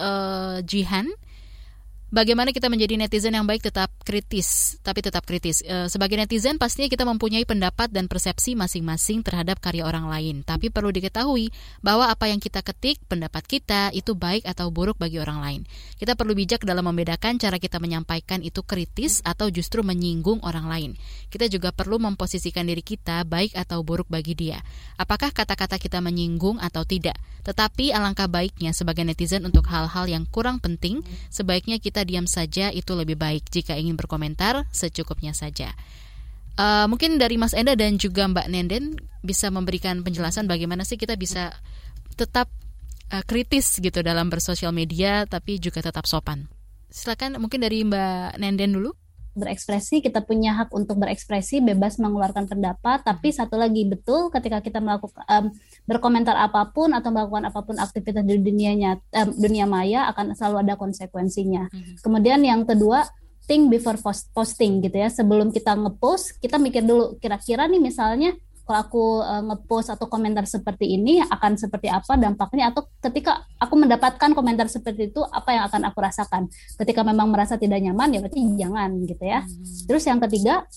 Jihan. Bagaimana kita menjadi netizen yang baik tetap kritis, tapi tetap kritis. Sebagai netizen pastinya kita mempunyai pendapat dan persepsi masing-masing terhadap karya orang lain. Tapi perlu diketahui bahwa apa yang kita ketik, pendapat kita itu baik atau buruk bagi orang lain. Kita perlu bijak dalam membedakan cara kita menyampaikan itu kritis atau justru menyinggung orang lain. Kita juga perlu memposisikan diri kita baik atau buruk bagi dia. Apakah kata-kata kita menyinggung atau tidak? Tetapi alangkah baiknya sebagai netizen untuk hal-hal yang kurang penting, sebaiknya kita diam saja, itu lebih baik. Jika ingin berkomentar, secukupnya saja. Mungkin dari Mas Enda dan juga Mbak Nenden bisa memberikan penjelasan bagaimana sih kita bisa tetap kritis gitu dalam bersosial media, tapi juga tetap sopan. Silakan mungkin dari Mbak Nenden dulu. Berekspresi, kita punya hak untuk berekspresi, bebas mengeluarkan pendapat, tapi satu lagi, betul ketika kita melakukan berkomentar apapun atau melakukan apapun aktivitas di dunia maya akan selalu ada konsekuensinya. Kemudian yang kedua, think before posting gitu ya. Sebelum kita ngepost, kita mikir dulu kira-kira nih misalnya kalau aku ngepost atau komentar seperti ini akan seperti apa dampaknya, atau ketika aku mendapatkan komentar seperti itu apa yang akan aku rasakan. Ketika memang merasa tidak nyaman ya berarti jangan gitu ya. Terus yang ketiga,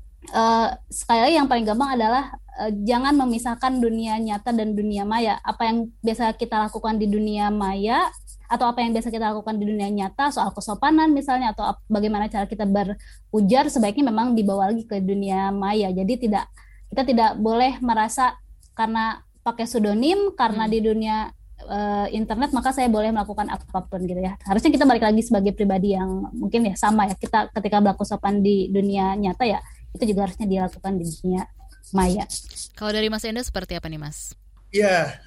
sekali lagi yang paling gampang adalah jangan memisahkan dunia nyata dan dunia maya. Apa yang biasa kita lakukan di dunia maya atau apa yang biasa kita lakukan di dunia nyata, soal kesopanan misalnya atau bagaimana cara kita berujar, sebaiknya memang dibawa lagi ke dunia maya. Jadi kita tidak boleh merasa karena pakai pseudonym, karena di dunia internet maka saya boleh melakukan apapun gitu ya. Harusnya kita balik lagi sebagai pribadi yang mungkin ya sama ya, kita ketika berlaku sopan di dunia nyata ya itu juga harusnya dilakukan di dunia maya. Kalau dari Mas Enda seperti apa nih Mas? Iya,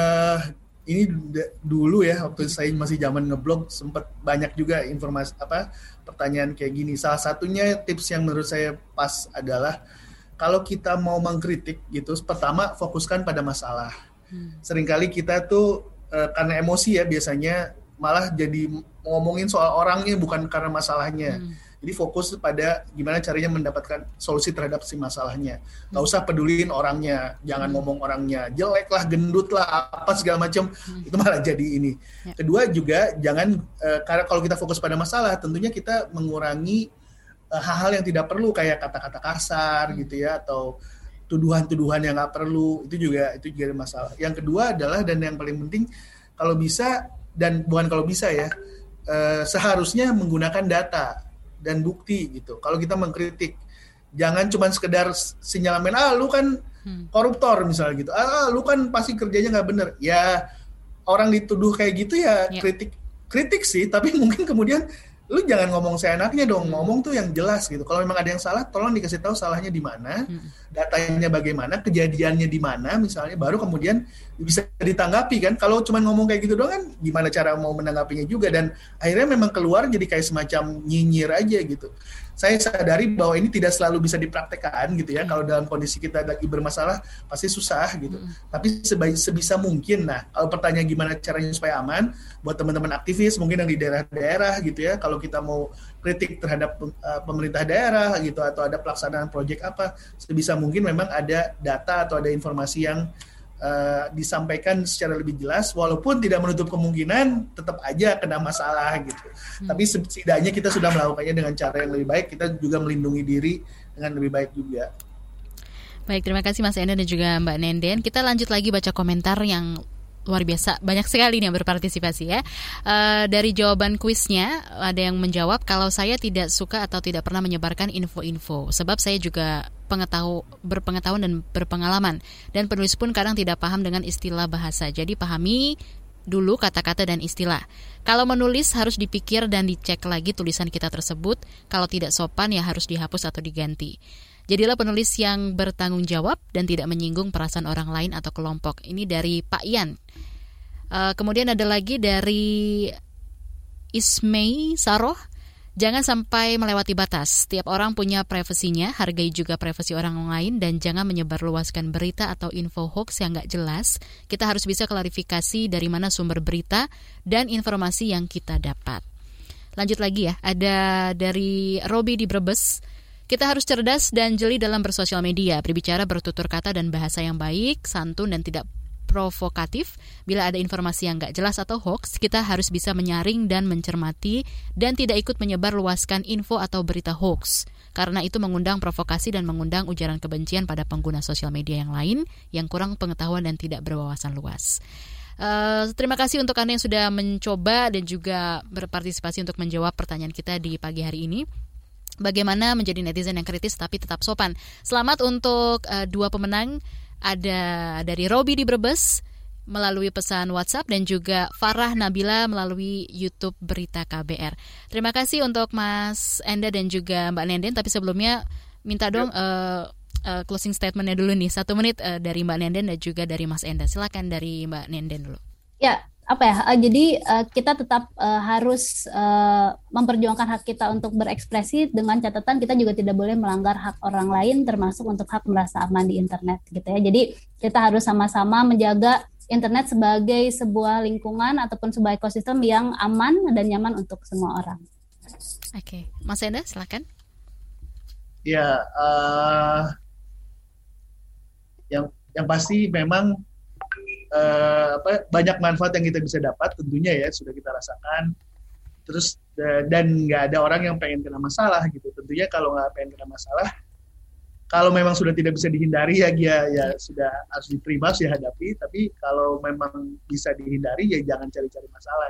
ini dulu ya waktu saya masih zaman ngeblog sempat banyak juga informasi pertanyaan kayak gini. Salah satunya tips yang menurut saya pas adalah kalau kita mau mengkritik gitu, pertama fokuskan pada masalah. Seringkali kita tuh karena emosi ya biasanya malah jadi ngomongin soal orangnya bukan karena masalahnya. Jadi fokus pada gimana caranya mendapatkan solusi terhadap si masalahnya. Nggak usah peduliin orangnya, jangan ngomong orangnya, jelek lah, gendut lah, apa segala macam, itu malah jadi ini. Kedua juga jangan, karena kalau kita fokus pada masalah, tentunya kita mengurangi hal-hal yang tidak perlu kayak kata-kata kasar gitu ya, atau tuduhan-tuduhan yang nggak perlu, itu juga masalah. Yang kedua adalah, dan yang paling penting, kalau bisa, dan bukan kalau bisa ya, seharusnya menggunakan data dan bukti gitu. Kalau kita mengkritik, jangan cuma sekedar sinyalemen, lu kan koruptor misalnya gitu, lu kan pasti kerjanya nggak bener. Ya orang dituduh kayak gitu ya kritik sih, tapi mungkin kemudian lu jangan ngomong seenaknya dong, ngomong tuh yang jelas gitu. Kalau memang ada yang salah, tolong dikasih tahu salahnya di mana, datanya bagaimana, kejadiannya di mana misalnya, baru kemudian bisa ditanggapi kan. Kalau cuma ngomong kayak gitu doang kan, gimana cara mau menanggapinya juga, dan akhirnya memang keluar jadi kayak semacam nyinyir aja gitu. Saya sadari bahwa ini tidak selalu bisa dipraktekkan gitu ya. Kalau dalam kondisi kita lagi bermasalah pasti susah gitu. Tapi sebisa mungkin, nah kalau pertanyaan gimana caranya supaya aman, buat teman-teman aktivis mungkin yang di daerah-daerah gitu ya, kalau kita mau kritik terhadap pemerintah daerah gitu, atau ada pelaksanaan proyek apa, sebisa mungkin memang ada data atau ada informasi yang disampaikan secara lebih jelas, walaupun tidak menutup kemungkinan tetap aja kena masalah gitu. Tapi setidaknya kita sudah melakukannya dengan cara yang lebih baik, kita juga melindungi diri dengan lebih baik juga. Baik, terima kasih Mas Enda dan juga Mbak Nenden. Kita lanjut lagi baca komentar yang luar biasa, banyak sekali nih yang berpartisipasi ya. Dari jawaban kuisnya ada yang menjawab, kalau saya tidak suka atau tidak pernah menyebarkan info-info, sebab saya juga berpengetahuan dan berpengalaman, dan penulis pun kadang tidak paham dengan istilah bahasa, jadi pahami dulu kata-kata dan istilah. Kalau menulis harus dipikir dan dicek lagi tulisan kita tersebut, kalau tidak sopan ya harus dihapus atau diganti. Jadilah penulis yang bertanggung jawab dan tidak menyinggung perasaan orang lain atau kelompok. Ini dari Pak Ian. Kemudian ada lagi dari Ismay Saroh. Jangan sampai melewati batas. Setiap orang punya privasinya, hargai juga privasi orang lain, dan jangan menyebarluaskan berita atau info hoax yang nggak jelas. Kita harus bisa klarifikasi dari mana sumber berita dan informasi yang kita dapat. Lanjut lagi ya, ada dari Robi di Brebes. Kita harus cerdas dan jeli dalam bersosial media, berbicara bertutur kata dan bahasa yang baik, santun dan tidak provokatif. Bila ada informasi yang gak jelas atau hoax, kita harus bisa menyaring dan mencermati dan tidak ikut menyebar luaskan info atau berita hoax, karena itu mengundang provokasi dan mengundang ujaran kebencian pada pengguna sosial media yang lain yang kurang pengetahuan dan tidak berwawasan luas. Terima kasih untuk Anda yang sudah mencoba dan juga berpartisipasi untuk menjawab pertanyaan kita di pagi hari ini. Bagaimana menjadi netizen yang kritis tapi tetap sopan. Selamat untuk dua pemenang. Ada dari Robi di Brebes melalui pesan WhatsApp dan juga Farah Nabila melalui YouTube Berita KBR. Terima kasih untuk Mas Enda dan juga Mbak Nenden. Tapi sebelumnya minta dong closing statementnya dulu nih, 1 menit dari Mbak Nenden dan juga dari Mas Enda. Silakan dari Mbak Nenden dulu. Ya, jadi kita tetap harus memperjuangkan hak kita untuk berekspresi, dengan catatan kita juga tidak boleh melanggar hak orang lain, termasuk untuk hak merasa aman di internet gitu ya. Jadi kita harus sama-sama menjaga internet sebagai sebuah lingkungan ataupun sebuah ekosistem yang aman dan nyaman untuk semua orang. Oke, Mas Enda silakan. Ya, yang pasti memang banyak manfaat yang kita bisa dapat tentunya ya, sudah kita rasakan. Terus dan nggak ada orang yang pengen kena masalah gitu. Tentunya kalau nggak pengen kena masalah, kalau memang sudah tidak bisa dihindari ya sudah harus diterima, harus dihadapi. Tapi kalau memang bisa dihindari ya jangan cari-cari masalah.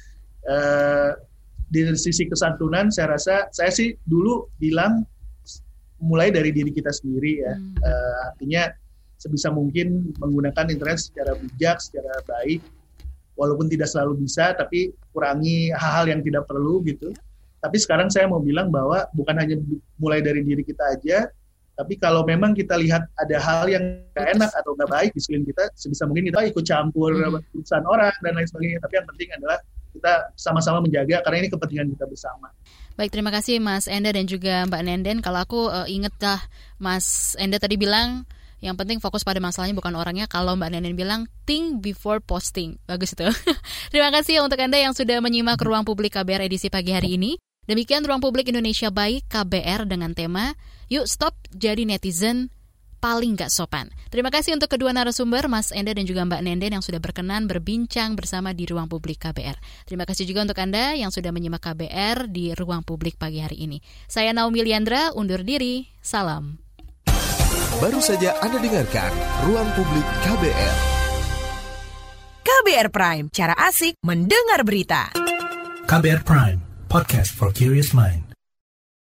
Di sisi kesantunan saya rasa, saya sih dulu bilang mulai dari diri kita sendiri ya. Artinya sebisa mungkin menggunakan internet secara bijak, secara baik, walaupun tidak selalu bisa, tapi kurangi hal-hal yang tidak perlu gitu. Tapi sekarang saya mau bilang bahwa bukan hanya mulai dari diri kita aja, tapi kalau memang kita lihat ada hal yang gak enak atau gak baik di sekeliling kita, sebisa mungkin kita ikut campur urusan orang dan lain sebagainya. Tapi yang penting adalah kita sama-sama menjaga, karena ini kepentingan kita bersama. Baik, terima kasih Mas Enda dan juga Mbak Nenden. Kalau aku inget lah, Mas Enda tadi bilang Yang penting fokus pada masalahnya bukan orangnya. Kalau Mbak Nenden bilang think before posting. Bagus itu. Terima kasih untuk Anda yang sudah menyimak Ruang Publik KBR edisi pagi hari ini. Demikian Ruang Publik Indonesia Baik KBR dengan tema Yuk Stop Jadi Netizen Paling Gak Sopan. Terima kasih untuk kedua narasumber, Mas Enda dan juga Mbak Nenden yang sudah berkenan berbincang bersama di Ruang Publik KBR. Terima kasih juga untuk Anda yang sudah menyimak KBR di Ruang Publik pagi hari ini. Saya Naomi Liandra, undur diri. Salam. Baru saja Anda dengarkan Ruang Publik KBR. KBR Prime, cara asik mendengar berita. KBR Prime, podcast for curious mind.